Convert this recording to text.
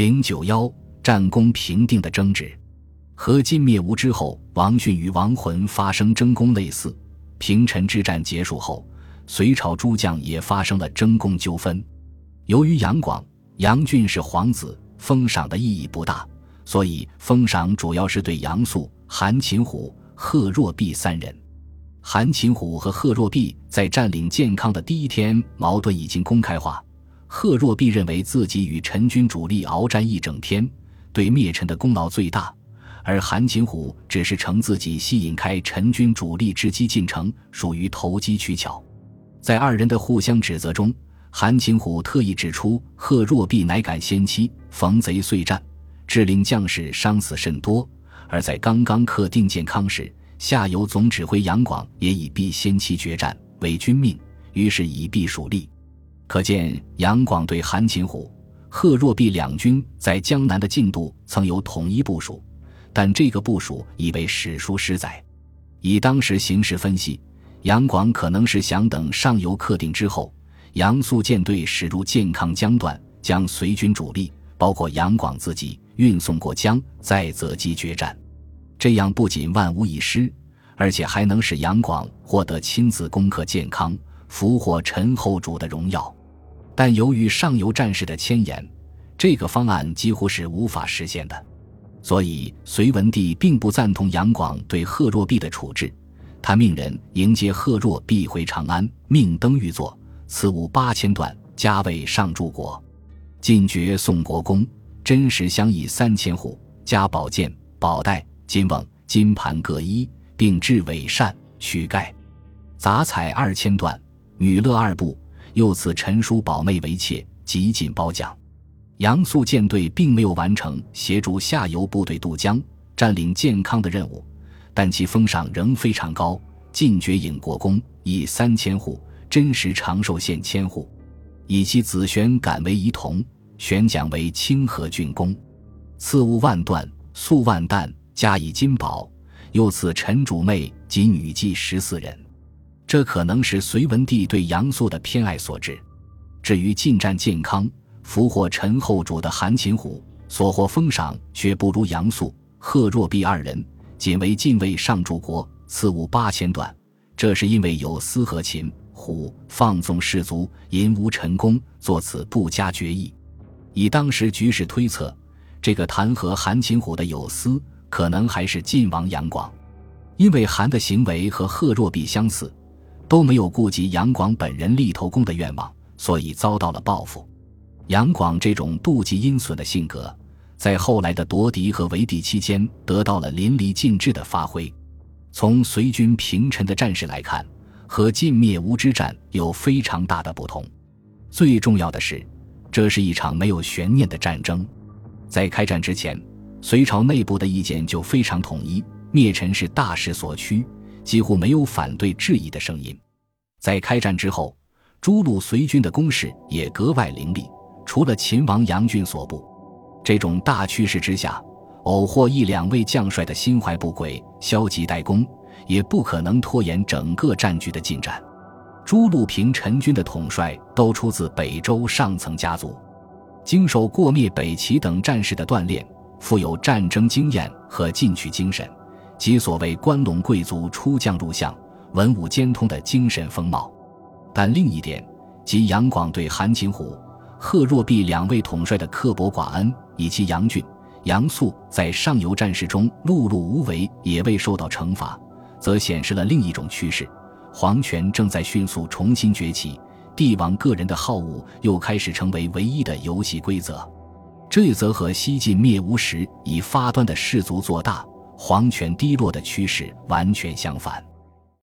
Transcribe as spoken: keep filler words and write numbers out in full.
零九一战功平定的争执。和晋灭吴之后，王逊与王浑发生争功类似。平陈之战结束后，隋朝诸将也发生了争功纠纷。由于杨广、杨俊是皇子，封赏的意义不大，所以封赏主要是对杨素、韩擒虎、贺若弼三人。韩擒虎和贺若弼在占领建康的第一天矛盾已经公开化。贺若弼认为自己与陈军主力鏖战一整天，对灭陈的功劳最大，而韩擒虎只是乘自己吸引开陈军主力之机进城，属于投机取巧。在二人的互相指责中，韩擒虎特意指出贺若弼乃感先期，逢贼遂战，致令将士伤死甚多，而在刚刚克定建康时，下游总指挥杨广也以避先期决战为军命，于是以避蜀力。可见杨广对韩擒虎、贺若弼两军在江南的进度曾有统一部署，但这个部署已被史书失载。以当时形势分析，杨广可能是想等上游克定之后，杨素舰队驶入建康江段，将隋军主力包括杨广自己运送过江，再择机决战。这样不仅万无一失，而且还能使杨广获得亲自攻克建康、俘获陈后主的荣耀。但由于上游战事的牵延，这个方案几乎是无法实现的。所以隋文帝并不赞同杨广对贺若弼的处置，他命人迎接贺若弼回长安，命登御座，赐物八千段，加位上柱国，进爵宋国公，真实相邑三千户，加宝剑、宝带、金瓮、金盘各一，并置伪善、曲盖，杂彩二千段，女乐二部，又赐陈叔宝妹为妾，极尽褒奖。杨素舰队并没有完成协助下游部队渡江、占领建康的任务，但其封赏仍非常高，进爵尹国公，邑三千户，真实长寿县千户，以其子玄感为仪同，玄奖为清河郡公，赐物万段，粟万担，加以金宝，又赐陈主妹及女妓十四人。这可能是隋文帝对杨素的偏爱所致。至于进占建康、俘获陈后主的韩擒虎，所获封赏却不如杨素、贺若弼二人，仅为进位上柱国，赐物八千段。这是因为有司和秦、虎放纵士卒，淫污陈宫，作此不加决议。以当时局势推测，这个弹劾韩擒虎的有司可能还是晋王杨广。因为韩的行为和贺若弼相似，都没有顾及杨广本人立头功的愿望，所以遭到了报复。杨广这种妒忌阴损的性格，在后来的夺嫡和为帝期间得到了淋漓尽致的发挥。从隋军平陈的战事来看，和晋灭吴之战有非常大的不同。最重要的是，这是一场没有悬念的战争。在开战之前，隋朝内部的意见就非常统一，灭陈是大势所趋，几乎没有反对质疑的声音。在开战之后，诸路隋军的攻势也格外凌厉，除了秦王杨俊所部。这种大趋势之下，偶获一两位将帅的心怀不轨、消极怠工，也不可能拖延整个战局的进展。诸路平陈军的统帅都出自北周上层家族，经受过灭北齐等战事的锻炼，富有战争经验和进取精神，即所谓关陇贵族出将入相、文武兼通的精神风貌。但另一点，即杨广对韩擒虎、贺若弼两位统帅的刻薄寡恩，以及杨俊、杨素在上游战事中碌碌无为也未受到惩罚，则显示了另一种趋势：皇权正在迅速重新崛起，帝王个人的好恶又开始成为唯一的游戏规则。这则和西晋灭吴时已发端的士族做大、皇权低落的趋势完全相反。